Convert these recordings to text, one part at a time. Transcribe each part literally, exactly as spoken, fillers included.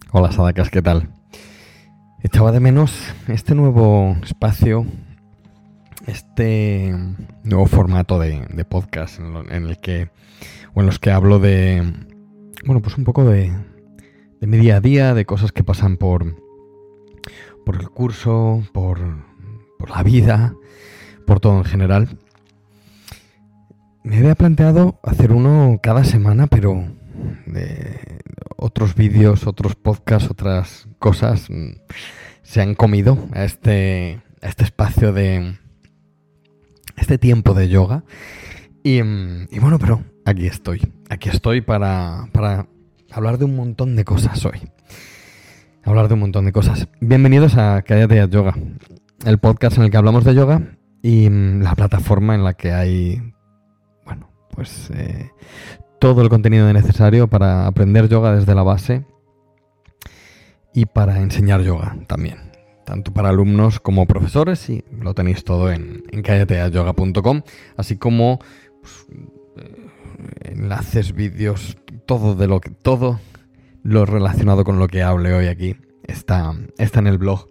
Hola Sadakas, ¿qué tal? Echaba de menos este nuevo espacio, este nuevo formato de, de podcast en, lo, en el que, o en los que hablo de, bueno, pues un poco de, de mi día a día, de cosas que pasan por, por el curso, por, por la vida, por todo en general. Me había planteado hacer uno cada semana, pero de otros vídeos, otros podcasts, otras cosas se han comido a este, a este espacio de este tiempo de yoga. Y, y bueno, pero aquí estoy. Aquí estoy para, para hablar de un montón de cosas hoy. Hablar de un montón de cosas. Bienvenidos a Cállate Haz Yoga, el podcast en el que hablamos de yoga y la plataforma en la que hay, bueno, pues eh, todo el contenido necesario para aprender yoga desde la base y para enseñar yoga también, tanto para alumnos como profesores, y lo tenéis todo en, en cállate haz yoga punto com, así como pues, eh, enlaces, vídeos, todo de lo que todo lo relacionado con lo que hable hoy aquí está, está en el blog.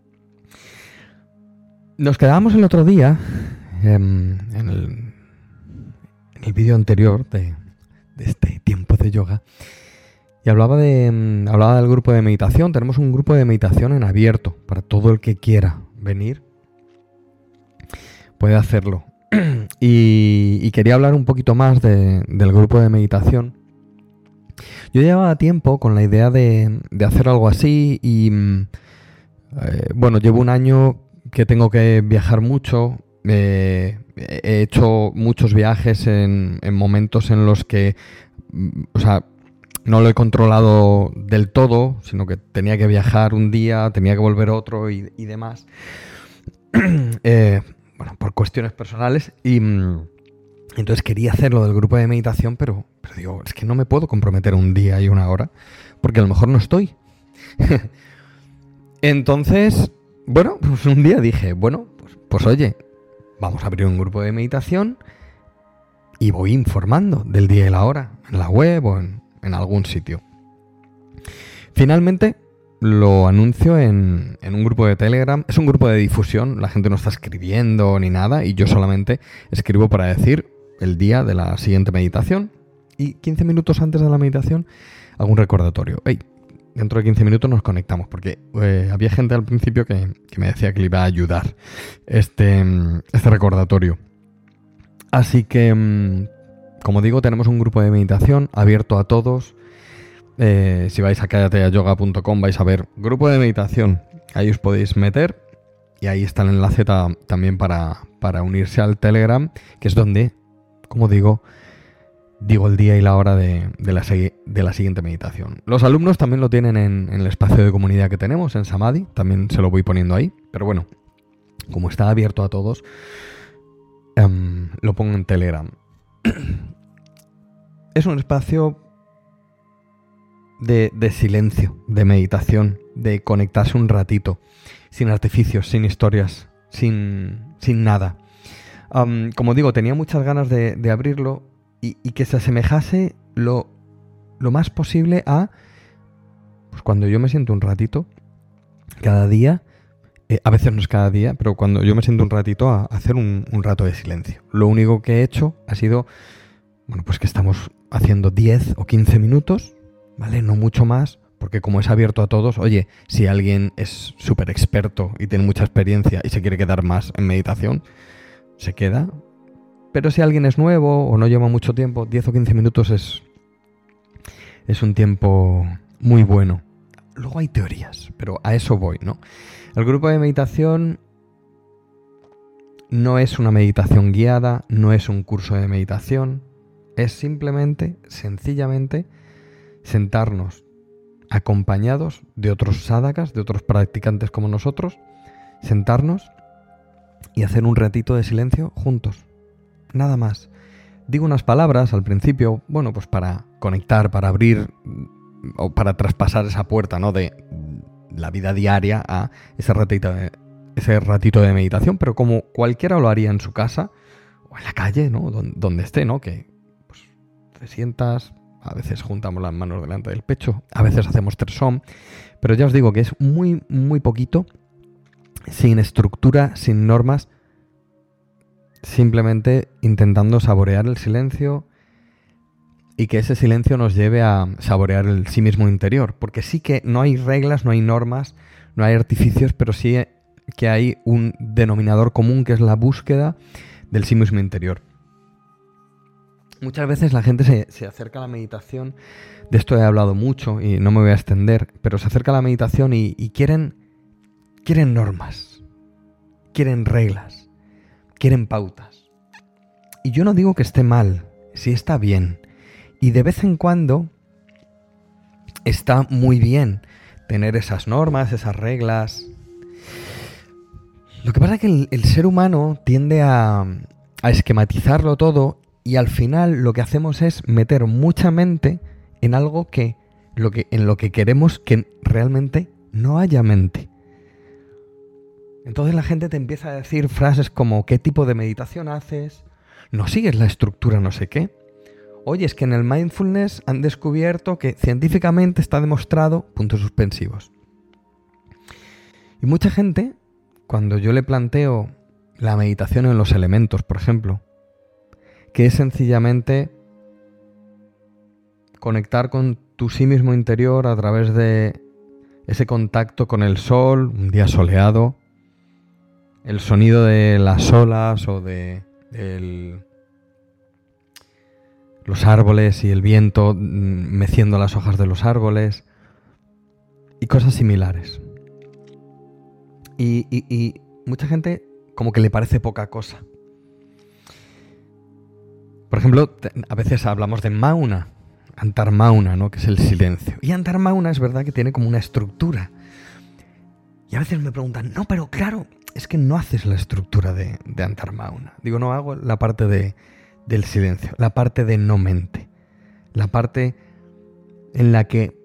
Nos quedábamos el otro día eh, en el, en el vídeo anterior de de este tiempo de yoga, y hablaba de hablaba del grupo de meditación. Tenemos un grupo de meditación en abierto para todo el que quiera venir, puede hacerlo. y, y quería hablar un poquito más de, del grupo de meditación. Yo llevaba tiempo con la idea de, de hacer algo así y eh, bueno, llevo un año que tengo que viajar mucho. Eh, he hecho muchos viajes en, en momentos en los que, o sea, no lo he controlado del todo, sino que tenía que viajar un día, tenía que volver otro y, y demás. eh, bueno, por cuestiones personales. Y entonces quería hacerlo del grupo de meditación, pero, pero digo, es que no me puedo comprometer un día y una hora, porque a lo mejor no estoy. Entonces, bueno, pues un día dije, bueno, pues, pues oye, vamos a abrir un grupo de meditación y voy informando del día y la hora en la web o en, en algún sitio. Finalmente lo anuncio en, en un grupo de Telegram. Es un grupo de difusión, la gente no está escribiendo ni nada y yo solamente escribo para decir el día de la siguiente meditación y quince minutos antes de la meditación hago un recordatorio. Hey, dentro de quince minutos nos conectamos, porque eh, había gente al principio que, que me decía que le iba a ayudar este, este recordatorio. Así que, como digo, tenemos un grupo de meditación abierto a todos. Eh, si vais a cállate haz yoga punto com vais a ver grupo de meditación. Ahí os podéis meter y ahí está el enlace ta- también para, para unirse al Telegram, que es donde, como digo, digo el día y la hora de, de, la, de la siguiente meditación. Los alumnos también lo tienen en, en el espacio de comunidad que tenemos, en Samadhi. También se lo voy poniendo ahí. Pero bueno, como está abierto a todos, um, lo pongo en Telegram. Es un espacio de, de silencio, de meditación, de conectarse un ratito, sin artificios, sin historias, sin, sin nada. Um, como digo, tenía muchas ganas de, de abrirlo y, y que se asemejase lo, lo más posible a pues cuando yo me siento un ratito, cada día, eh, a veces no es cada día, pero cuando yo me siento un ratito a, a hacer un, un rato de silencio. Lo único que he hecho ha sido, bueno, pues que estamos haciendo diez o quince minutos, ¿vale? No mucho más, porque como es abierto a todos, oye, si alguien es súper experto y tiene mucha experiencia y se quiere quedar más en meditación, se queda. Pero si alguien es nuevo o no lleva mucho tiempo, diez o quince minutos es, es un tiempo muy bueno. Luego hay teorías, pero a eso voy, ¿no? El grupo de meditación no es una meditación guiada, no es un curso de meditación, es simplemente, sencillamente, sentarnos acompañados de otros sadhakas, de otros practicantes como nosotros, sentarnos y hacer un ratito de silencio juntos. Nada más. Digo unas palabras al principio, bueno, pues para conectar, para abrir o para traspasar esa puerta, ¿no?, de la vida diaria a ese ratito de, ese ratito de meditación, pero como cualquiera lo haría en su casa o en la calle, ¿no?, donde, donde esté, ¿no?, que pues, te sientas, A veces juntamos las manos delante del pecho, a veces hacemos tres om, pero ya os digo que es muy, muy poquito, sin estructura, sin normas, simplemente intentando saborear el silencio y que ese silencio nos lleve a saborear el sí mismo interior. Porque sí que no hay reglas, no hay normas, no hay artificios, pero sí que hay un denominador común que es la búsqueda del sí mismo interior. Muchas veces la gente se, se acerca a la meditación, de esto he hablado mucho y no me voy a extender, pero se acerca a la meditación y, y quieren, quieren normas, quieren reglas, quieren pautas. Y yo no digo que esté mal, sí está bien. Y de vez en cuando está muy bien tener esas normas, esas reglas. Lo que pasa es que el, el ser humano tiende a, a esquematizarlo todo y al final lo que hacemos es meter mucha mente en algo que, lo que en lo que queremos que realmente no haya mente. Entonces la gente te empieza a decir frases como ¿qué tipo de meditación haces? ¿No sigues la estructura no sé qué? Oye, es que en el mindfulness han descubierto que científicamente está demostrado puntos suspensivos. Y mucha gente, cuando yo le planteo la meditación en los elementos, por ejemplo, que es sencillamente conectar con tu sí mismo interior a través de ese contacto con el sol, un día soleado, el sonido de las olas o de el, los árboles y el viento meciendo las hojas de los árboles y cosas similares. Y, y, y mucha gente como que le parece poca cosa. Por ejemplo, a veces hablamos de Mauna, Antarmauna, ¿no? Que es el silencio. Y Antarmauna es verdad que tiene como una estructura. Y a veces me preguntan, no, pero claro, es que no haces la estructura de, de Antarmauna. Digo, no, hago la parte de, del silencio, la parte de no mente, la parte en la que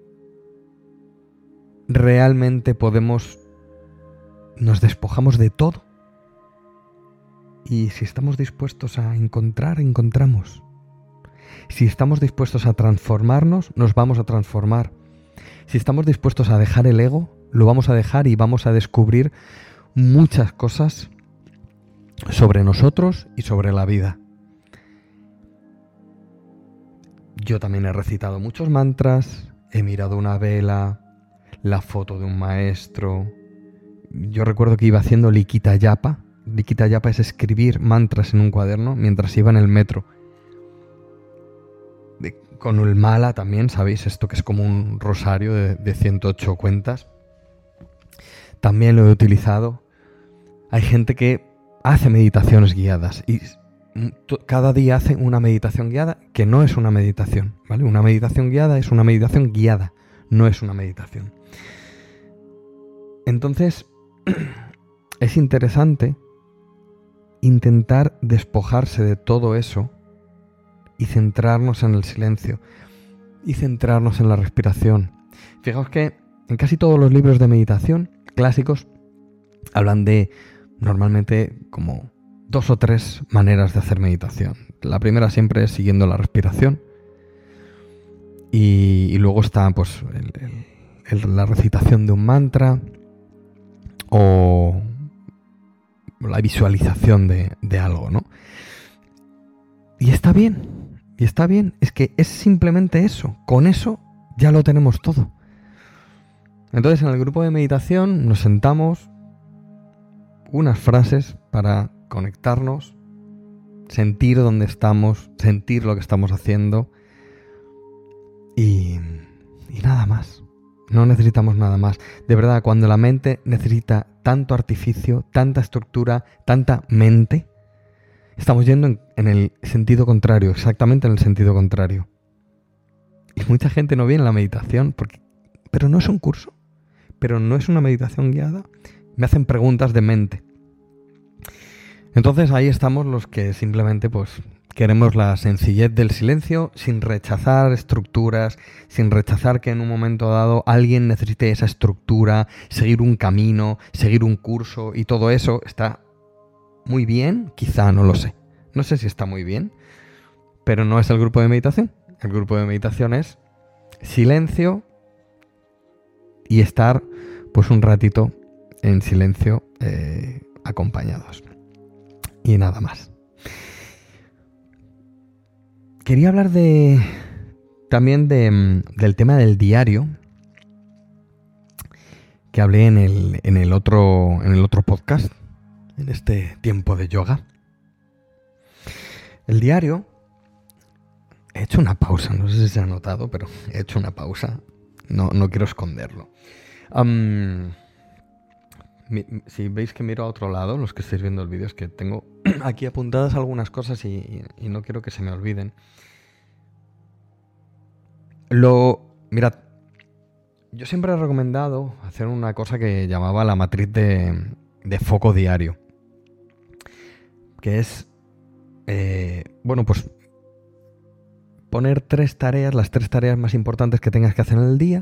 realmente podemos, nos despojamos de todo. Y si estamos dispuestos a encontrar, encontramos. Si estamos dispuestos a transformarnos, nos vamos a transformar. Si estamos dispuestos a dejar el ego, lo vamos a dejar y vamos a descubrir muchas cosas sobre nosotros y sobre la vida. Yo también he recitado muchos mantras, he mirado una vela, la foto de un maestro. Yo recuerdo que iba haciendo Likita Yapa. Likita Yapa es escribir mantras en un cuaderno mientras iba en el metro. De, con el mala también, ¿sabéis? Esto que es como un rosario de, de ciento ocho cuentas. También lo he utilizado. Hay gente que hace meditaciones guiadas y cada día hace una meditación guiada que no es una meditación, ¿vale? Una meditación guiada es una meditación guiada, no es una meditación. Entonces, es interesante intentar despojarse de todo eso y centrarnos en el silencio y centrarnos en la respiración. Fijaos que en casi todos los libros de meditación clásicos hablan de normalmente como dos o tres maneras de hacer meditación. La primera siempre es siguiendo la respiración y, y luego está pues el, el, el, la recitación de un mantra o la visualización de, de algo, ¿no? Y está bien, y está bien, es que es simplemente eso, con eso ya lo tenemos todo. Entonces en el grupo de meditación nos sentamos, unas frases para conectarnos, sentir dónde estamos, sentir lo que estamos haciendo y, y nada más. No necesitamos nada más. De verdad, cuando la mente necesita tanto artificio, tanta estructura, tanta mente, estamos yendo en, en el sentido contrario, exactamente en el sentido contrario. Y mucha gente no viene a la meditación, porque, pero no es un curso, pero no es una meditación guiada. Me hacen preguntas de mente. Entonces ahí estamos los que simplemente pues queremos la sencillez del silencio sin rechazar estructuras, sin rechazar que en un momento dado alguien necesite esa estructura, seguir un camino, seguir un curso y todo eso está muy bien, quizá no lo sé. No sé si está muy bien, pero no es el grupo de meditación. el grupo de meditación es silencio y estar pues un ratito en silencio eh, acompañados. Y nada más. Quería hablar de también de, del tema del diario que hablé en el, en el otro, en el otro podcast, en este tiempo de yoga. El diario, he hecho una pausa, no sé si se ha notado, pero he hecho una pausa, no, no quiero esconderlo. Um, mi, si veis que miro a otro lado, los que estáis viendo el vídeo, es que tengo aquí apuntadas algunas cosas y, y, y no quiero que se me olviden. Lo, mirad, yo siempre he recomendado hacer una cosa que llamaba la matriz de, de foco diario, que es, eh, bueno, pues poner tres tareas, las tres tareas más importantes que tengas que hacer en el día,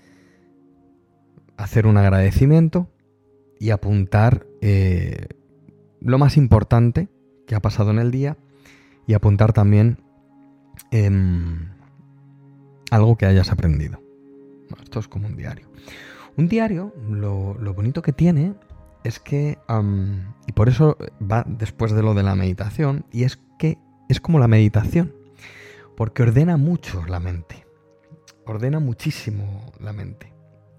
hacer un agradecimiento y apuntar eh, lo más importante que ha pasado en el día y apuntar también eh, algo que hayas aprendido. Esto es como un diario. Un diario, lo, lo bonito que tiene es que, um, y por eso va después de lo de la meditación, y es que es como la meditación, porque ordena mucho la mente, ordena muchísimo la mente.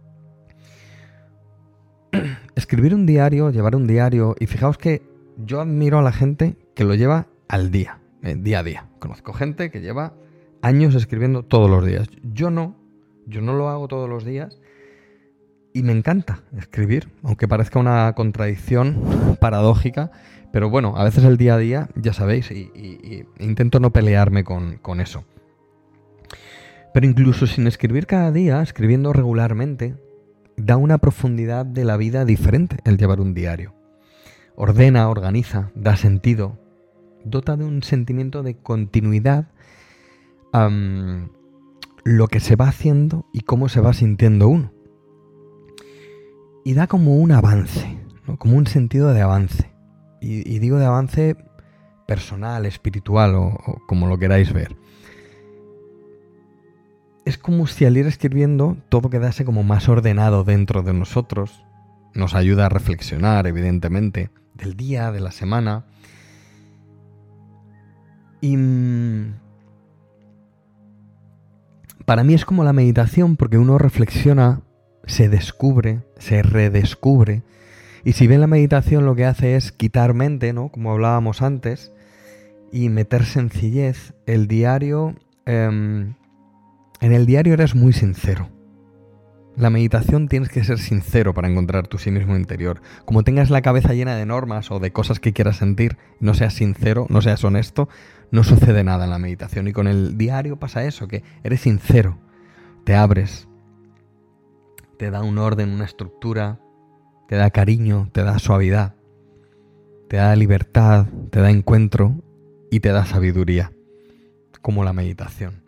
Escribir un diario, llevar un diario, y fijaos que yo admiro a la gente que lo lleva al día, eh, día a día. Conozco gente que lleva años escribiendo todos los días. Yo no, yo no lo hago todos los días y me encanta escribir, aunque parezca una contradicción paradójica, pero bueno, a veces el día a día, ya sabéis, y, y, y intento no pelearme con, con eso. Pero incluso sin escribir cada día, escribiendo regularmente, da una profundidad de la vida diferente el llevar un diario. Ordena, organiza, da sentido, dota de un sentimiento de continuidad um, lo que se va haciendo y cómo se va sintiendo uno. Y da como un avance, ¿no? Como un sentido de avance. Y, y digo de avance personal, espiritual o, o como lo queráis ver. Es como si al ir escribiendo todo quedase como más ordenado dentro de nosotros. Nos ayuda a reflexionar, evidentemente, del día, de la semana. Y mmm, para mí es como la meditación porque uno reflexiona, se descubre, se redescubre. Y si bien la meditación lo que hace es quitar mente, ¿no? Como hablábamos antes, y meter sencillez, el diario... Eh, En el diario eres muy sincero. La meditación tienes que ser sincero para encontrar tu sí mismo interior. Como tengas la cabeza llena de normas o de cosas que quieras sentir, no seas sincero, no seas honesto, no sucede nada en la meditación. Y con el diario pasa eso, que eres sincero, te abres, te da un orden, una estructura, te da cariño, te da suavidad, te da libertad, te da encuentro y te da sabiduría, como la meditación.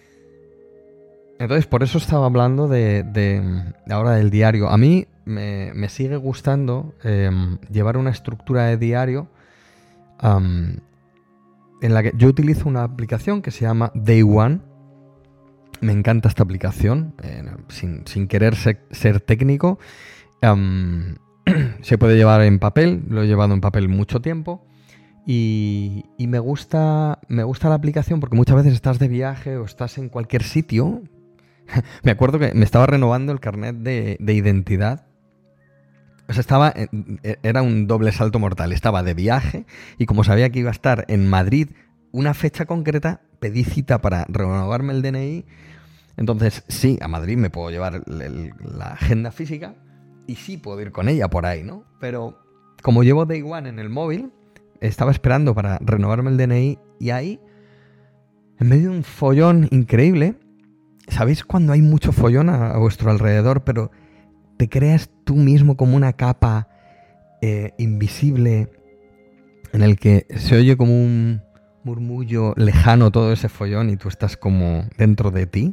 Entonces, por eso estaba hablando de, de, de ahora del diario. A mí me, me sigue gustando eh, llevar una estructura de diario um, en la que yo utilizo una aplicación que se llama Day One. Me encanta esta aplicación, eh, sin, sin querer ser, ser técnico. Um, se puede llevar en papel, lo he llevado en papel mucho tiempo. Y, y me gusta, me gusta la aplicación porque muchas veces estás de viaje o estás en cualquier sitio. Me acuerdo que me estaba renovando el carnet de, de identidad. O sea, estaba, era un doble salto mortal. Estaba de viaje y como sabía que iba a estar en Madrid una fecha concreta, pedí cita para renovarme el D N I. Entonces, sí, a Madrid me puedo llevar el, el, la agenda física y sí puedo ir con ella por ahí, ¿no? Pero como llevo Day One en el móvil, estaba esperando para renovarme el D N I y ahí, en medio de un follón increíble... ¿Sabéis cuando hay mucho follón a, a vuestro alrededor, pero te creas tú mismo como una capa eh, invisible en el que se oye como un murmullo lejano todo ese follón y tú estás como dentro de ti?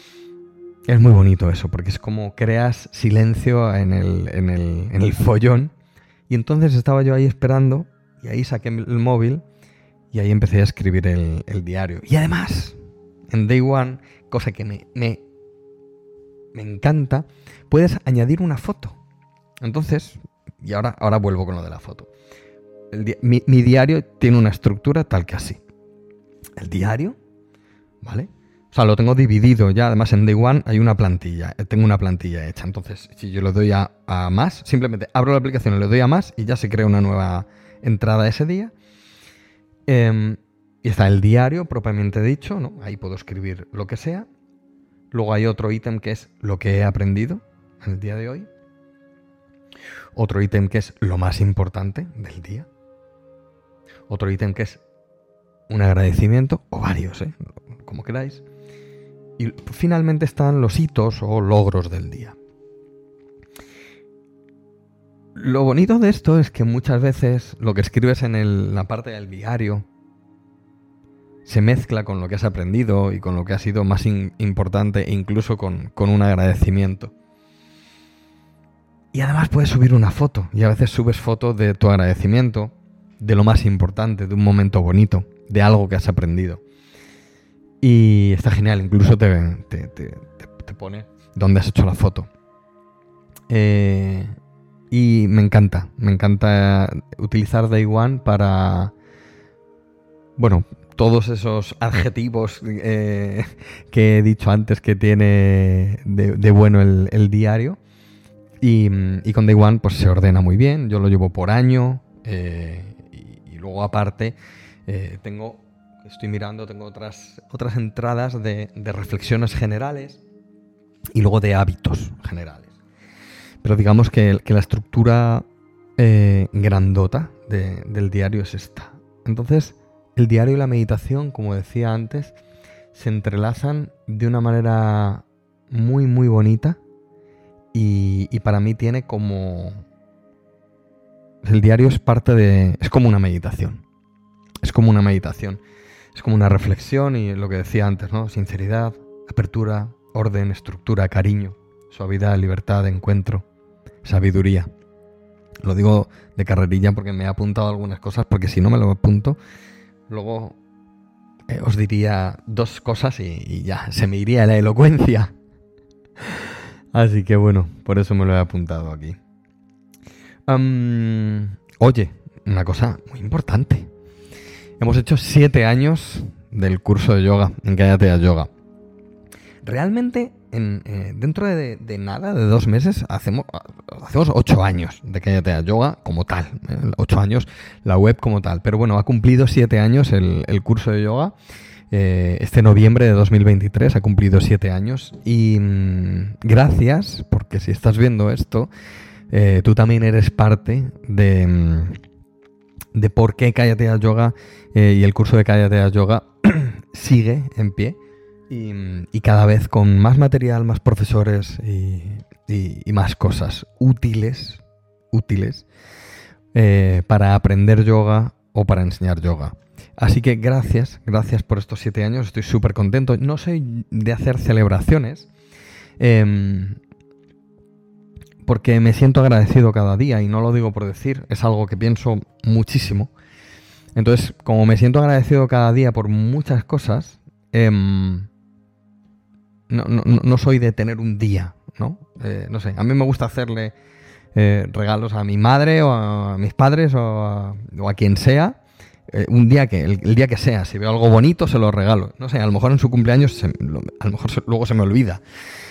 Es muy bonito eso, porque es como creas silencio en el, en el, en el follón. Y entonces estaba yo ahí esperando y ahí saqué el móvil y ahí empecé a escribir el, el diario. Y además... en Day One, cosa que me, me, me encanta, puedes añadir una foto. Entonces, y ahora, ahora vuelvo con lo de la foto. El di- mi, mi diario tiene una estructura tal que así. El diario, ¿vale? O sea, lo tengo dividido ya. Además, en Day One hay una plantilla. Tengo una plantilla hecha. Entonces, si yo le doy a, a más, simplemente abro la aplicación y le doy a más y ya se crea una nueva entrada ese día. Eh, y está el diario propiamente dicho, ¿no? Ahí puedo escribir lo que sea. Luego hay otro ítem que es lo que he aprendido en el día de hoy. Otro ítem que es lo más importante del día. Otro ítem que es un agradecimiento, o varios, ¿eh? Como queráis. Y finalmente están los hitos o logros del día. Lo bonito de esto es que muchas veces lo que escribes en el, la parte del diario se mezcla con lo que has aprendido y con lo que ha sido más in, importante, e incluso con, con un agradecimiento. Y además puedes subir una foto, y a veces subes fotos de tu agradecimiento, de lo más importante, de un momento bonito, de algo que has aprendido. Y está genial, incluso te, te, te, te pone dónde has hecho la foto. Eh, y me encanta, me encanta utilizar Day One para, bueno, todos esos adjetivos eh, que he dicho antes que tiene de, de bueno el, el diario. Y, y con Day One pues se ordena muy bien, yo lo llevo por año eh, y, y luego aparte eh, tengo, estoy mirando, tengo otras, otras entradas de, de reflexiones generales y luego de hábitos generales. Pero digamos que, que la estructura eh, grandota de, del diario es esta. Entonces el diario y la meditación, como decía antes, se entrelazan de una manera muy muy bonita. Y, y para mí tiene como... El diario es parte de... Es como una meditación. Es como una meditación. Es como una reflexión y lo que decía antes, ¿no? Sinceridad, apertura, orden, estructura, cariño, suavidad, libertad, encuentro, sabiduría. Lo digo de carrerilla porque me he apuntado algunas cosas, porque si no me lo apunto, luego eh, os diría dos cosas y, y ya, se me iría la elocuencia. Así que bueno, por eso me lo he apuntado aquí. Um, oye, una cosa muy importante. Hemos hecho siete años del curso de yoga en Kayatea Yoga. Realmente, en, eh, dentro de, de nada, de dos meses, hacemos, hacemos ocho años de Kayatea Yoga como tal. ¿eh? Ocho años la web como tal. Pero bueno, ha cumplido siete años el, el curso de yoga. Eh, este noviembre de dos mil veintitrés ha cumplido siete años y mmm, gracias, porque si estás viendo esto, eh, tú también eres parte de, mmm, de por qué Kayatea Yoga eh, y el curso de Kayatea Yoga sigue en pie y, y cada vez con más material, más profesores y, y, y más cosas útiles, útiles eh, para aprender yoga o para enseñar yoga. Así que gracias, gracias por estos siete años, estoy súper contento. No soy de hacer celebraciones, eh, porque me siento agradecido cada día, y no lo digo por decir, es algo que pienso muchísimo. Entonces, como me siento agradecido cada día por muchas cosas, eh, no, no, no soy de tener un día, ¿no? Eh, no sé, a mí me gusta hacerle eh, regalos a mi madre o a mis padres o a, o a quien sea. Eh, un día que, el, el día que sea, si veo algo bonito se lo regalo. No sé, a lo mejor en su cumpleaños, se, a lo mejor se, luego se me olvida.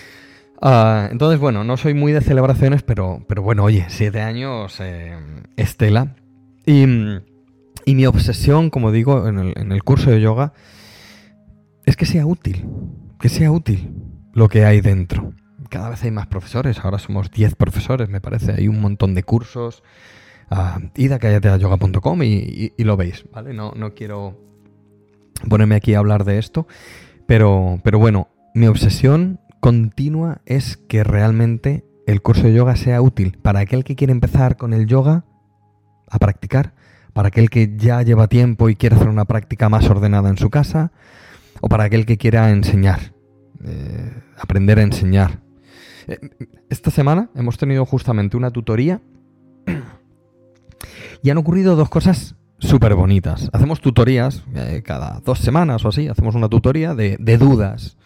Uh, entonces, bueno, no soy muy de celebraciones, pero, pero bueno, oye, siete años, eh, Estela. Y, y mi obsesión, como digo, en el, en el curso de yoga, es que sea útil, que sea útil lo que hay dentro. Cada vez hay más profesores, ahora somos diez profesores, me parece, hay un montón de cursos. Uh, id a kayatea yoga punto com y, y, y lo veis, ¿vale? No, no quiero ponerme aquí a hablar de esto, pero, pero bueno, mi obsesión continua es que realmente el curso de yoga sea útil para aquel que quiere empezar con el yoga a practicar, para aquel que ya lleva tiempo y quiere hacer una práctica más ordenada en su casa, o para aquel que quiera enseñar, eh, aprender a enseñar. Eh, esta semana hemos tenido justamente una tutoría y han ocurrido dos cosas súper bonitas. Hacemos tutorías, eh, cada dos semanas o así, hacemos una tutoría de, de dudas.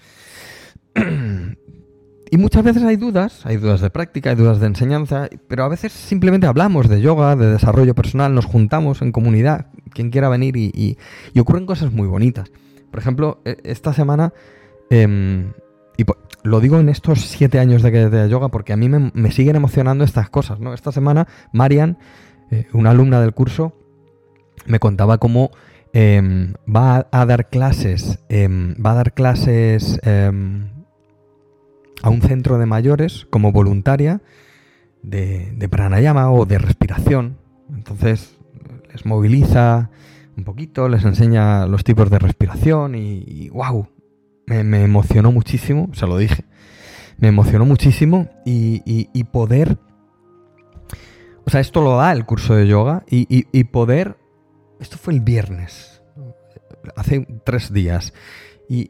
Y muchas veces hay dudas, hay dudas de práctica, hay dudas de enseñanza, pero a veces simplemente hablamos de yoga, de desarrollo personal, nos juntamos en comunidad, quien quiera venir y, y, y ocurren cosas muy bonitas. Por ejemplo, esta semana, eh, y lo digo en estos siete años de, de yoga porque a mí me, me siguen emocionando estas cosas, ¿no? Esta semana, Marian, eh, una alumna del curso, me contaba cómo eh, va a, a dar clases, eh, va a dar clases... Eh, a un centro de mayores como voluntaria de, de pranayama o de respiración. Entonces les moviliza un poquito, les enseña los tipos de respiración y, y wow, me, me emocionó muchísimo, se lo dije, me emocionó muchísimo y, y, y poder, o sea, esto lo da el curso de yoga y, y, y poder, esto fue el viernes, hace tres días, y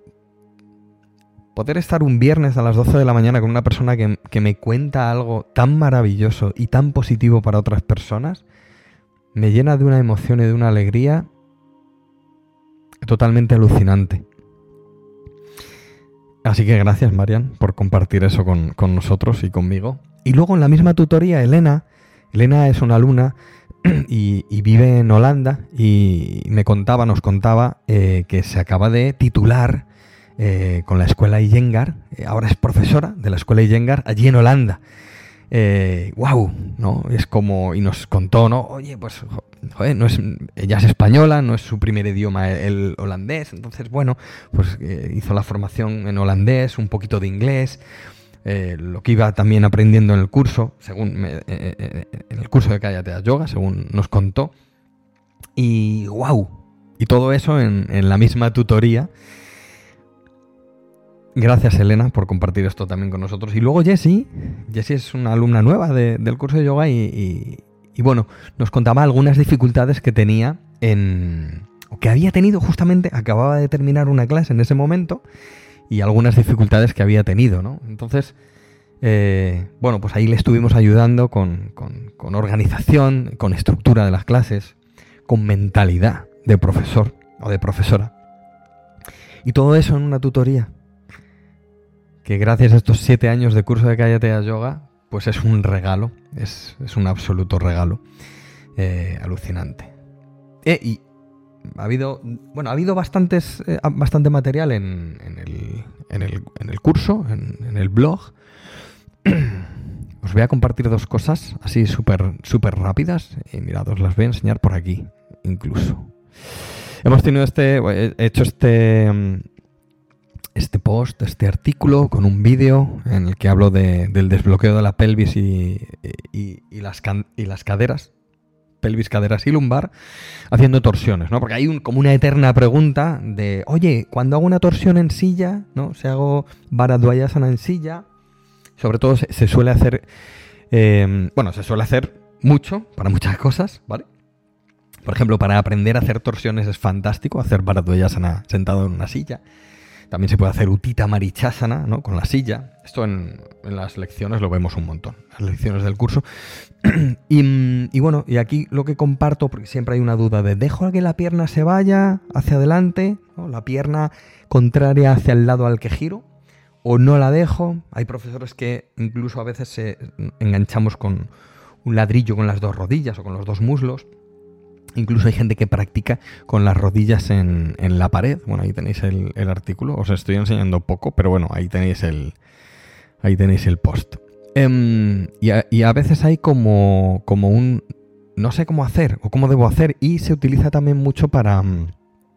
poder estar un viernes a las doce de la mañana con una persona que, que me cuenta algo tan maravilloso y tan positivo para otras personas, me llena de una emoción y de una alegría totalmente alucinante. Así que gracias, Marian, por compartir eso con, con nosotros y conmigo. Y luego en la misma tutoría, Elena, Elena es una alumna y, y vive en Holanda y me contaba, nos contaba eh, que se acaba de titular Eh, con la escuela Iyengar, eh, ahora es profesora de la escuela Iyengar allí en Holanda. Eh, ¡Wow! ¿No? Es como, y nos contó, ¿no? Oye, pues, joder, no es, ella es española, no es su primer idioma el, el holandés, entonces, bueno, pues eh, hizo la formación en holandés, un poquito de inglés, eh, lo que iba también aprendiendo en el curso, según me, eh, eh, en el curso de Cállate a Yoga, según nos contó. Y ¡wow! Y todo eso en, en la misma tutoría. Gracias, Elena, por compartir esto también con nosotros. Y luego Jessie, Jessie es una alumna nueva de, del curso de yoga y, y, y bueno, nos contaba algunas dificultades que tenía en... o que había tenido justamente, acababa de terminar una clase en ese momento y algunas dificultades que había tenido, ¿no? Entonces, eh, bueno, pues ahí le estuvimos ayudando con, con, con organización, con estructura de las clases, con mentalidad de profesor o de profesora. Y todo eso en una tutoría que gracias a estos siete años de curso de Cállate a Yoga, pues es un regalo, es, es un absoluto regalo, eh, alucinante. Eh, y ha habido, bueno, ha habido bastantes, eh, bastante material en, en, el, en, el, en el curso, en, en el blog. Os voy a compartir dos cosas así súper súper rápidas y mirad, os las voy a enseñar por aquí, incluso. Hemos tenido este, he hecho este... este post, este artículo con un vídeo en el que hablo de, del desbloqueo de la pelvis y, y, y, las, can, y las caderas, pelvis, caderas y lumbar, haciendo torsiones, ¿no? Porque hay un, como una eterna pregunta de, oye, cuando hago una torsión en silla, ¿no? Si hago Bharadwajasana en silla, sobre todo se, se suele hacer, eh, bueno, se suele hacer mucho, para muchas cosas, ¿vale? Por ejemplo, para aprender a hacer torsiones es fantástico hacer Bharadwajasana sentado en una silla. También se puede hacer Utthita Marichasana, ¿no? Con la silla. Esto en, en las lecciones lo vemos un montón, las lecciones del curso. y, y bueno, y aquí lo que comparto, porque siempre hay una duda de ¿dejo que la pierna se vaya hacia adelante? ¿No? La pierna contraria hacia el lado al que giro, o no la dejo. Hay profesores que incluso a veces se enganchamos con un ladrillo con las dos rodillas o con los dos muslos. Incluso hay gente que practica con las rodillas en, en la pared. Bueno, ahí tenéis el, el artículo. Os estoy enseñando poco, pero bueno, ahí tenéis el, ahí tenéis el post. Um, y, a, y a veces hay como, como un... no sé cómo hacer o cómo debo hacer. Y se utiliza también mucho para... Um,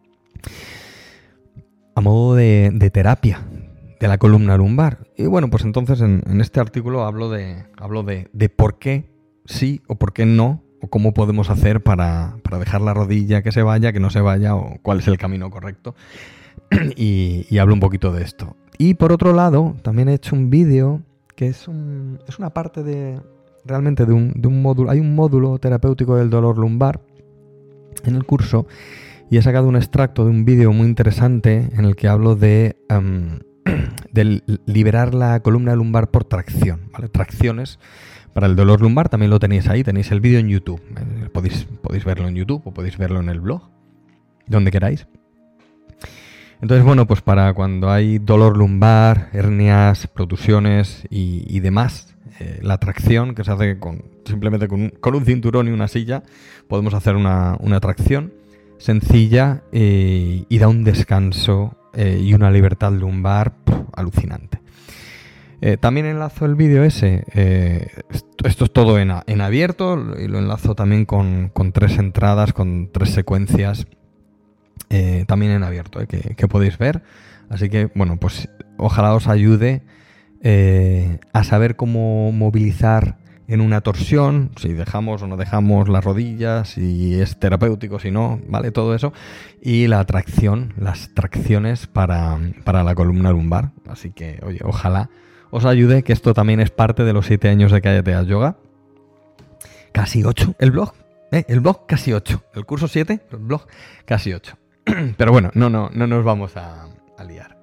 a modo de, de terapia de la columna lumbar. Y bueno, pues entonces en, en este artículo hablo de, hablo de, de por qué sí o por qué no, o cómo podemos hacer para, para dejar la rodilla que se vaya, que no se vaya, o cuál es el camino correcto. y, y hablo un poquito de esto. Y por otro lado, también he hecho un vídeo que es, un, es una parte de realmente de un, de un módulo. Hay un módulo terapéutico del dolor lumbar en el curso y he sacado un extracto de un vídeo muy interesante en el que hablo de, um, de liberar la columna lumbar por tracción, ¿vale? Tracciones para el dolor lumbar también lo tenéis ahí, tenéis el vídeo en YouTube. Eh, podéis, podéis verlo en YouTube o podéis verlo en el blog, donde queráis. Entonces, bueno, pues para cuando hay dolor lumbar, hernias, protusiones y, y demás, eh, la tracción que se hace con, simplemente con un, con un cinturón y una silla, podemos hacer una, una tracción sencilla eh, y da un descanso eh, y una libertad lumbar pff, alucinante. Eh, también enlazo el vídeo ese, eh, esto, esto es todo en, en abierto y lo enlazo también con, con tres entradas, con tres secuencias. Eh, también en abierto, eh, que, que podéis ver. Así que, bueno, pues ojalá os ayude eh, a saber cómo movilizar en una torsión, si dejamos o no dejamos las rodillas, si es terapéutico, si no, ¿vale? Todo eso. Y la tracción, las tracciones para, para la columna lumbar. Así que, oye, ojalá os ayude, que esto también es parte de los siete años de Cállate Haz Yoga. Casi ocho, el blog. Eh, el blog casi ocho. El curso siete, el blog casi ocho. Pero bueno, no, no, no nos vamos a, a liar.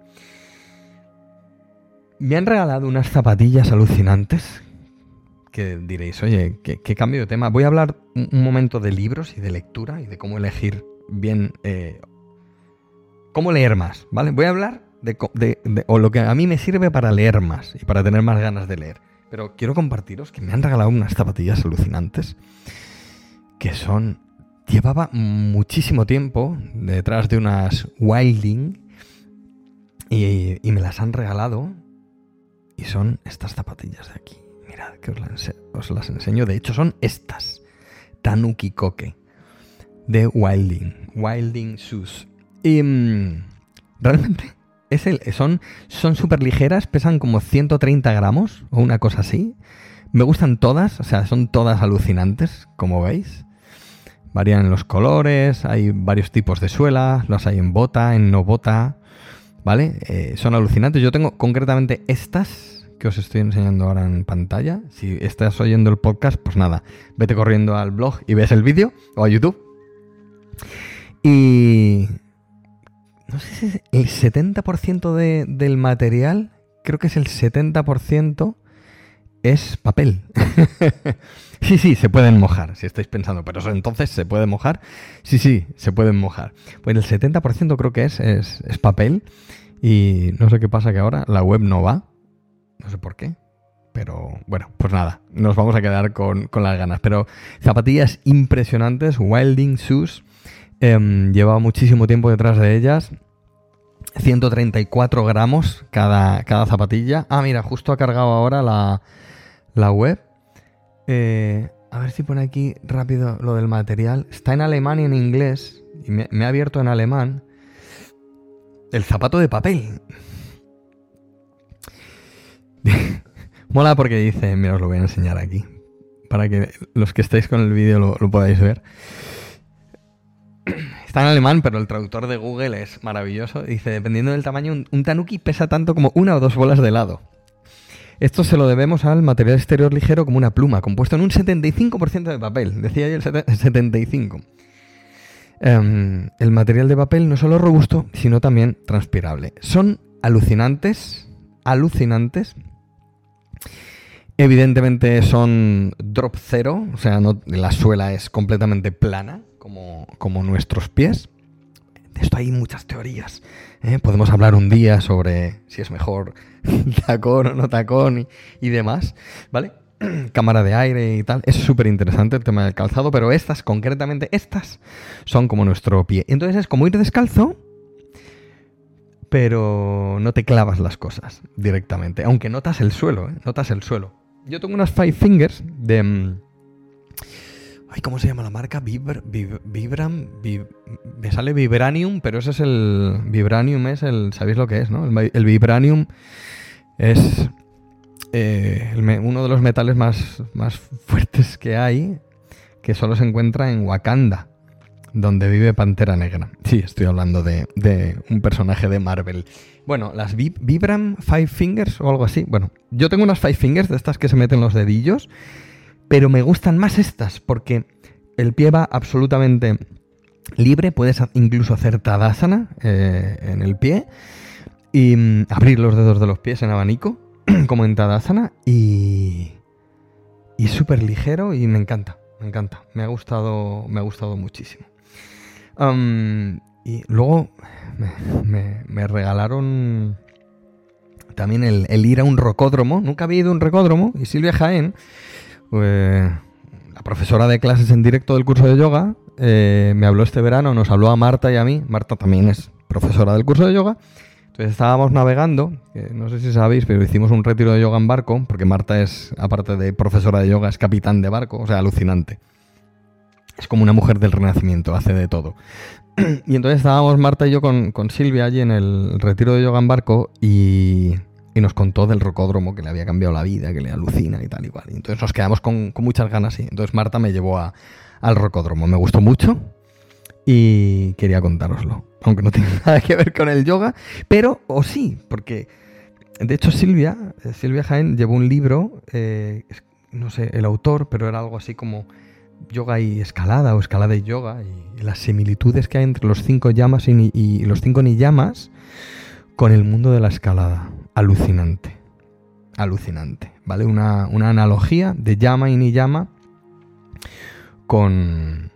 Me han regalado unas zapatillas alucinantes que diréis, oye, ¿qué, qué cambio de tema? Voy a hablar un, un momento de libros y de lectura y de cómo elegir bien, eh, cómo leer más, ¿vale? Voy a hablar de, de, de o lo que a mí me sirve para leer más y para tener más ganas de leer. Pero quiero compartiros que me han regalado unas zapatillas alucinantes que son... Llevaba muchísimo tiempo detrás de unas Wilding y, y me las han regalado y son estas zapatillas de aquí. Mirad que os las, os las enseño. De hecho son estas. Tanuki Koke de Wilding. Wilding Shoes. Y mmm, realmente es el, son son súper ligeras, pesan como ciento treinta gramos o una cosa así. Me gustan todas, o sea, son todas alucinantes, como veis. Varían en los colores, hay varios tipos de suela, los hay en bota, en no bota, ¿vale? Eh, son alucinantes. Yo tengo concretamente estas que os estoy enseñando ahora en pantalla. Si estás oyendo el podcast, pues nada, vete corriendo al blog y ves el vídeo o a YouTube. Y no sé si es el setenta por ciento de, del material, creo que es el setenta por ciento, es papel. Sí, sí, se pueden mojar, si estáis pensando, pero eso entonces se puede mojar. Sí, sí, se pueden mojar. Pues el setenta por ciento creo que es, es, es papel y no sé qué pasa que ahora la web no va. No sé por qué, pero bueno, pues nada, nos vamos a quedar con, con las ganas. Pero zapatillas impresionantes, Wilding Shoes, eh, llevaba muchísimo tiempo detrás de ellas. ciento treinta y cuatro gramos cada, cada zapatilla. Ah, mira, justo ha cargado ahora la, la web. Eh, a ver si pone aquí rápido lo del material. Está en alemán y en inglés. Y me, me ha abierto en alemán. El zapato de papel. Mola porque dice... Mira, os lo voy a enseñar aquí. Para que los que estáis con el vídeo lo, lo podáis ver. Está en alemán, pero el traductor de Google es maravilloso. Dice, dependiendo del tamaño, un, un tanuki pesa tanto como una o dos bolas de helado. Esto se lo debemos al material exterior ligero como una pluma, compuesto en un setenta y cinco por ciento de papel. Decía yo el setenta y cinco por ciento. Um, el material de papel no es solo robusto, sino también transpirable. Son alucinantes, alucinantes. Evidentemente son drop cero, o sea, no, la suela es completamente plana, como, como nuestros pies. De esto hay muchas teorías, ¿eh? Podemos hablar un día sobre si es mejor tacón o no tacón y, y demás, ¿vale? Cámara de aire y tal. Es súper interesante el tema del calzado, pero estas, concretamente estas, son como nuestro pie. Entonces es como ir descalzo, pero no te clavas las cosas directamente. Aunque notas el suelo, ¿eh? Notas el suelo. Yo tengo unas Five Fingers de... Ay, ¿cómo se llama la marca? Vibra, Vib, Vibram, Vib, me sale Vibranium, pero ese es el... Vibranium es el... ¿Sabéis lo que es, no? El, el Vibranium es eh, el, uno de los metales más, más fuertes que hay, que solo se encuentra en Wakanda, donde vive Pantera Negra. Sí, estoy hablando de, de un personaje de Marvel. Bueno, las Vib, Vibram Five Fingers o algo así. Bueno, yo tengo unas Five Fingers de estas que se meten los dedillos, pero me gustan más estas porque el pie va absolutamente libre. Puedes incluso hacer Tadasana eh, en el pie y mm, abrir los dedos de los pies en abanico, como en Tadasana, y, y súper ligero y me encanta, me encanta. Me ha gustado, me ha gustado muchísimo. Um, y luego me, me, me regalaron también el, el ir a un rocódromo. Nunca había ido a un rocódromo y Silvia Jaén, eh, la profesora de clases en directo del curso de yoga, eh, me habló este verano, nos habló a Marta y a mí. Marta también es profesora del curso de yoga. Entonces estábamos navegando, que no sé si sabéis, pero hicimos un retiro de yoga en barco, porque Marta es, aparte de profesora de yoga, es capitán de barco, o sea, alucinante. Es como una mujer del Renacimiento, hace de todo. Y entonces estábamos Marta y yo con, con Silvia allí en el retiro de yoga en barco y, y nos contó del rocódromo, que le había cambiado la vida, que le alucina y tal y cual. Y entonces nos quedamos con, con muchas ganas, sí. Entonces Marta me llevó a, al rocódromo. Me gustó mucho y quería contároslo. Aunque no tiene nada que ver con el yoga, pero, o sí, porque de hecho Silvia, Silvia Jaén llevó un libro, eh, no sé el autor, pero era algo así como yoga y escalada, o escalada y yoga, y las similitudes que hay entre los cinco yamas y, y los cinco niyamas con el mundo de la escalada. Alucinante, alucinante, ¿vale? Una, una analogía de yama y niyama con,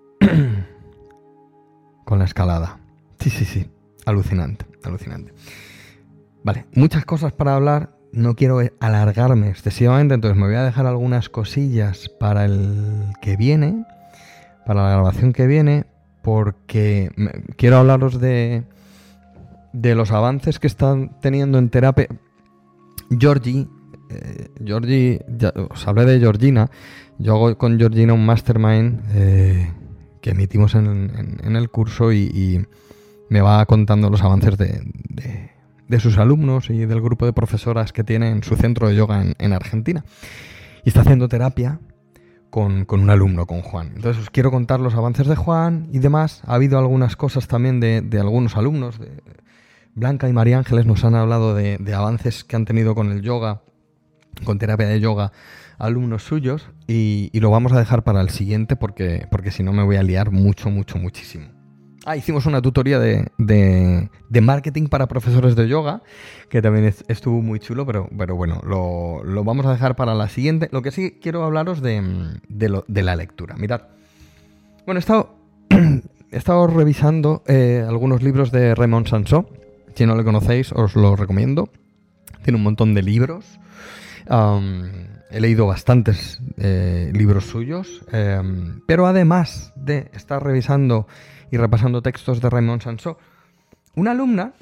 con la escalada. Sí, sí, sí. Alucinante, alucinante. Vale, muchas cosas para hablar. No quiero alargarme excesivamente, entonces me voy a dejar algunas cosillas para el que viene, para la grabación que viene, porque me, quiero hablaros de, de los avances que están teniendo en terapia. Georgie, eh, Georgie, ya, os hablé de Georgina. Yo hago con Georgina un mastermind eh, que emitimos en, en, en el curso y... y me va contando los avances de, de, de sus alumnos y del grupo de profesoras que tiene en su centro de yoga en, en Argentina. Y está haciendo terapia con, con un alumno, con Juan. Entonces os quiero contar los avances de Juan y demás. Ha habido algunas cosas también de, de algunos alumnos. De Blanca y María Ángeles nos han hablado de, de avances que han tenido con el yoga, con terapia de yoga, alumnos suyos. Y, y lo vamos a dejar para el siguiente porque, porque si no me voy a liar mucho, mucho, muchísimo. Ah, hicimos una tutoría de, de, de marketing para profesores de yoga, que también es, estuvo muy chulo, pero, pero bueno, lo, lo vamos a dejar para la siguiente. Lo que sí quiero hablaros de, de, lo, de la lectura. Mirad, bueno, he estado, he estado revisando eh, algunos libros de Raymond Sansó. Si no le conocéis, os lo recomiendo. Tiene un montón de libros. Um, he leído bastantes eh, libros suyos, eh, pero además de estar revisando y repasando textos de Raymond Sansó, una alumna,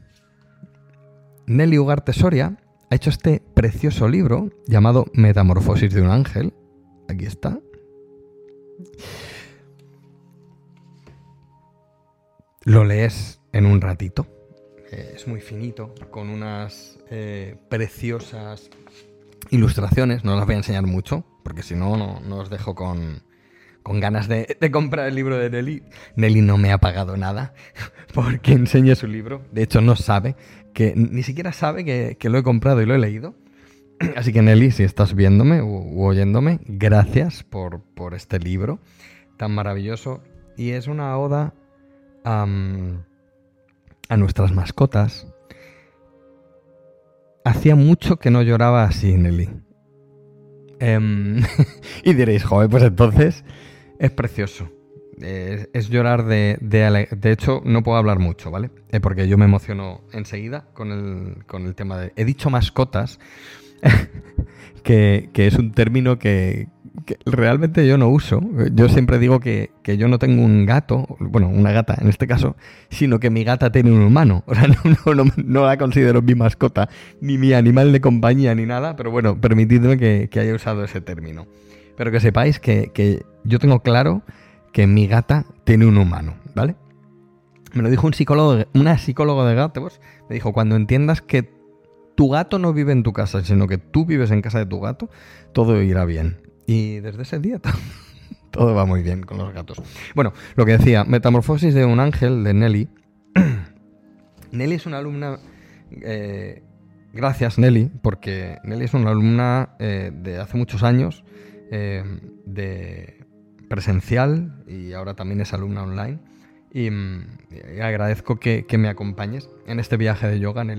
Nelly Ugarte Soria, ha hecho este precioso libro llamado Metamorfosis de un ángel. Aquí está. Lo lees en un ratito. Eh, es muy finito, con unas eh, preciosas ilustraciones. No las voy a enseñar mucho, porque si no, no, no os dejo con... con ganas de, de comprar el libro de Nelly. Nelly no me ha pagado nada porque enseñe su libro. De hecho, no sabe, que ni siquiera sabe que, que lo he comprado y lo he leído. Así que Nelly, si estás viéndome u, u oyéndome, gracias por, por este libro tan maravilloso. Y es una oda um, a nuestras mascotas. Hacía mucho que no lloraba así, Nelly. Um, y diréis, joder, pues entonces... es precioso. Es, es llorar de, de... De hecho, no puedo hablar mucho, ¿vale? Eh, porque yo me emociono enseguida con el, con el tema de... He dicho mascotas, que, que es un término que, que realmente yo no uso. Yo siempre digo que, que yo no tengo un gato, bueno, una gata en este caso, sino que mi gata tiene un humano. O sea, no, no, no, no la considero mi mascota, ni mi animal de compañía, ni nada. Pero bueno, permitidme que, que haya usado ese término. Pero que sepáis que, que yo tengo claro que mi gata tiene un humano, ¿vale? Me lo dijo un psicólogo, una psicóloga de gatos. Me dijo, cuando entiendas que tu gato no vive en tu casa, sino que tú vives en casa de tu gato, todo irá bien. Y desde ese día todo va muy bien con los gatos. Bueno, lo que decía, Metamorfosis de un ángel, de Nelly. Nelly es una alumna... Eh, gracias, Nelly, porque Nelly es una alumna eh, de hace muchos años, eh, de presencial, y ahora también es alumna online. Y, y agradezco que, que me acompañes en este viaje de yoga, Nelly.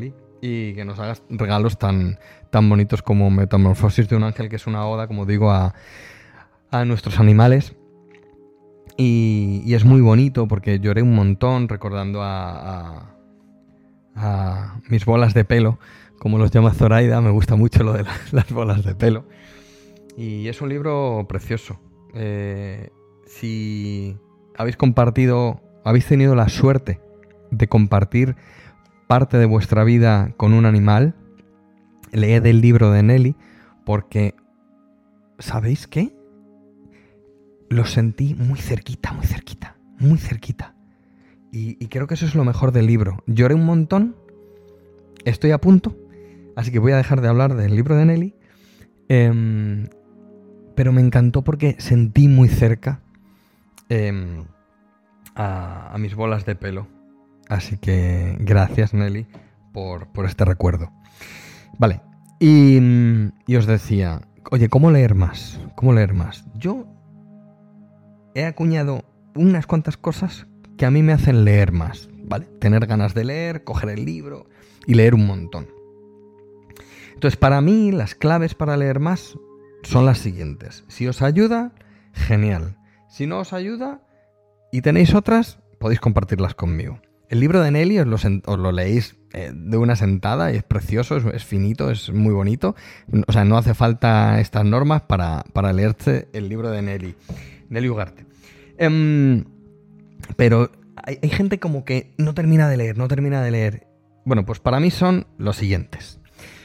y que nos hagas regalos tan, tan bonitos como Metamorfosis de un ángel, que es una oda, como digo, a, a nuestros animales. Y, y es muy bonito porque lloré un montón recordando a, a, a mis bolas de pelo, como los llama Zoraida. Me gusta mucho lo de la, las bolas de pelo. Y es un libro precioso. Eh, si habéis compartido, habéis tenido la suerte de compartir parte de vuestra vida con un animal, leed el libro de Nelly, porque ¿sabéis qué? Lo sentí muy cerquita, muy cerquita, muy cerquita. Y, y creo que eso es lo mejor del libro. Lloré un montón, estoy a punto, así que voy a dejar de hablar del libro de Nelly. Eh, pero me encantó porque sentí muy cerca eh, a, a mis bolas de pelo. Así que gracias, Nelly, por, por este recuerdo. Vale, y, y os decía, oye, ¿cómo leer más? ¿Cómo leer más? Yo he acuñado unas cuantas cosas que a mí me hacen leer más, ¿vale? Tener ganas de leer, coger el libro y leer un montón. Entonces, para mí, las claves para leer más son las siguientes. Si os ayuda, genial. Si no os ayuda y tenéis otras, podéis compartirlas conmigo. El libro de Nelly os lo, os lo leéis eh, de una sentada y es precioso, es, es finito, es muy bonito. O sea, no hace falta estas normas para, para leerse el libro de Nelly. Nelly Ugarte. Um, pero hay, hay gente como que no termina de leer, no termina de leer. Bueno, pues para mí son los siguientes.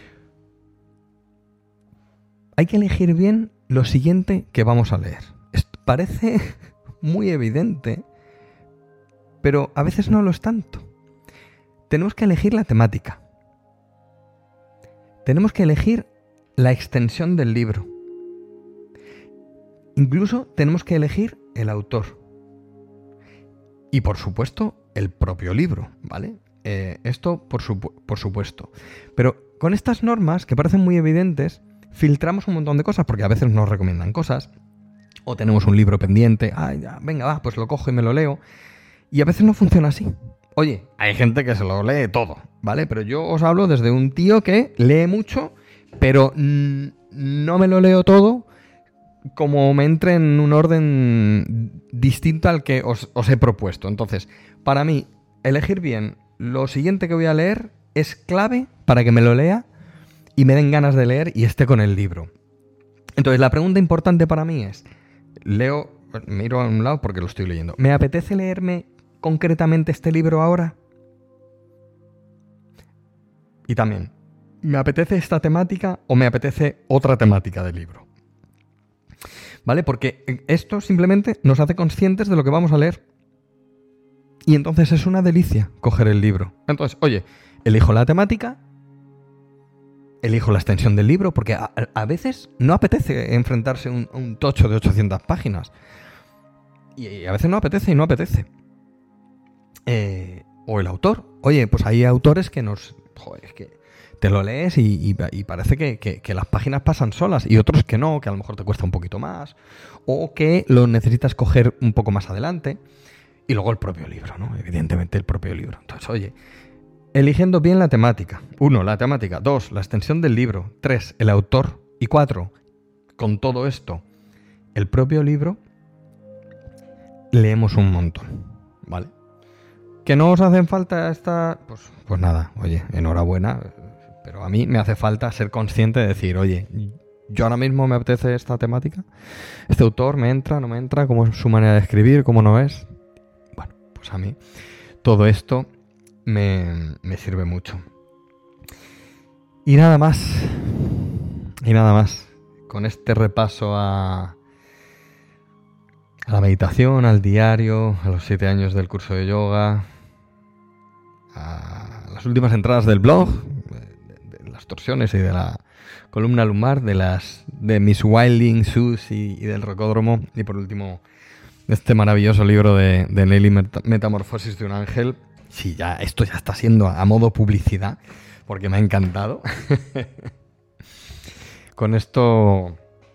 Hay que elegir bien lo siguiente que vamos a leer. Esto parece muy evidente, pero a veces no lo es tanto. Tenemos que elegir la temática. Tenemos que elegir la extensión del libro. Incluso tenemos que elegir el autor. Y por supuesto, el propio libro, ¿vale? Eh, esto por, supu- por supuesto. Pero con estas normas, que parecen muy evidentes, filtramos un montón de cosas, porque a veces nos recomiendan cosas, o tenemos un libro pendiente, ay, ya, venga, va, pues lo cojo y me lo leo. Y a veces no funciona así. Oye, hay gente que se lo lee todo, ¿vale? Pero yo os hablo desde un tío que lee mucho, pero mm, no me lo leo todo como me entre en un orden distinto al que os, os he propuesto. Entonces, para mí, elegir bien lo siguiente que voy a leer es clave para que me lo lea y me den ganas de leer y esté con el libro. Entonces, la pregunta importante para mí es, leo, miro a un lado porque lo estoy leyendo, ¿me apetece leerme concretamente este libro ahora? Y también, ¿me apetece esta temática o me apetece otra temática del libro? ¿Vale? Porque esto simplemente nos hace conscientes de lo que vamos a leer. Y entonces es una delicia coger el libro. Entonces, oye, elijo la temática, elijo la extensión del libro, porque a, a veces no apetece enfrentarse a un, un tocho de ochocientas páginas. Y a veces no apetece y no apetece. Eh, o el autor. Oye, pues hay autores que nos... Joder, es que te lo lees y, y, y parece que, que, que las páginas pasan solas, y otros que no, que a lo mejor te cuesta un poquito más, o que lo necesitas coger un poco más adelante. Y luego el propio libro, ¿no? Evidentemente el propio libro. Entonces, oye, eligiendo bien la temática. Uno, la temática. Dos, la extensión del libro. Tres, el autor. Y cuatro, con todo esto, el propio libro, leemos un montón, ¿vale? ¿Que no os hacen falta esta...? Pues, pues nada, oye, enhorabuena. Pero a mí me hace falta ser consciente de decir, oye, yo ahora mismo me apetece esta temática. Este autor me entra, no me entra, cómo es su manera de escribir, cómo no es. Bueno, pues a mí todo esto me, me sirve mucho. Y nada más. Y nada más. Con este repaso a... a la meditación, al diario, a los siete años del curso de yoga, a las últimas entradas del blog, de, de las torsiones y de la columna lumbar, de las de mis Wilding Shoes y, y del rocódromo, y por último este maravilloso libro de, de Nelly, Metamorfosis de un ángel. Sí, ya esto ya está siendo a modo publicidad, porque me ha encantado. Con esto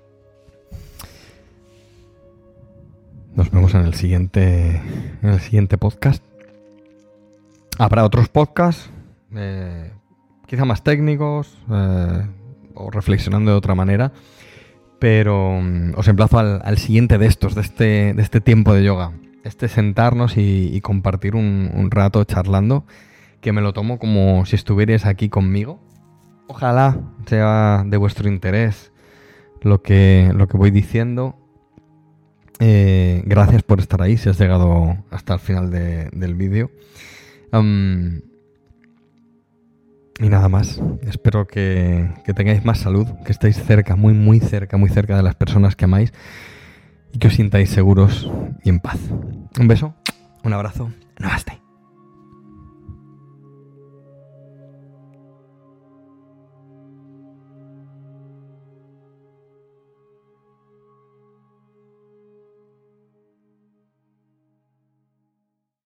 nos vemos en el siguiente en el siguiente podcast. Habrá otros podcasts, eh, quizá más técnicos eh, o reflexionando de otra manera. Pero um, os emplazo al, al siguiente de estos, de este, de este tiempo de yoga. Este sentarnos y, y compartir un, un rato charlando, que me lo tomo como si estuvierais aquí conmigo. Ojalá sea de vuestro interés lo que, lo que voy diciendo. Eh, gracias por estar ahí, si has llegado hasta el final de, del vídeo. Um, y nada más. Espero que, que tengáis más salud, que estéis cerca, muy, muy cerca, muy cerca de las personas que amáis y que os sintáis seguros y en paz. Un beso, un abrazo, namaste.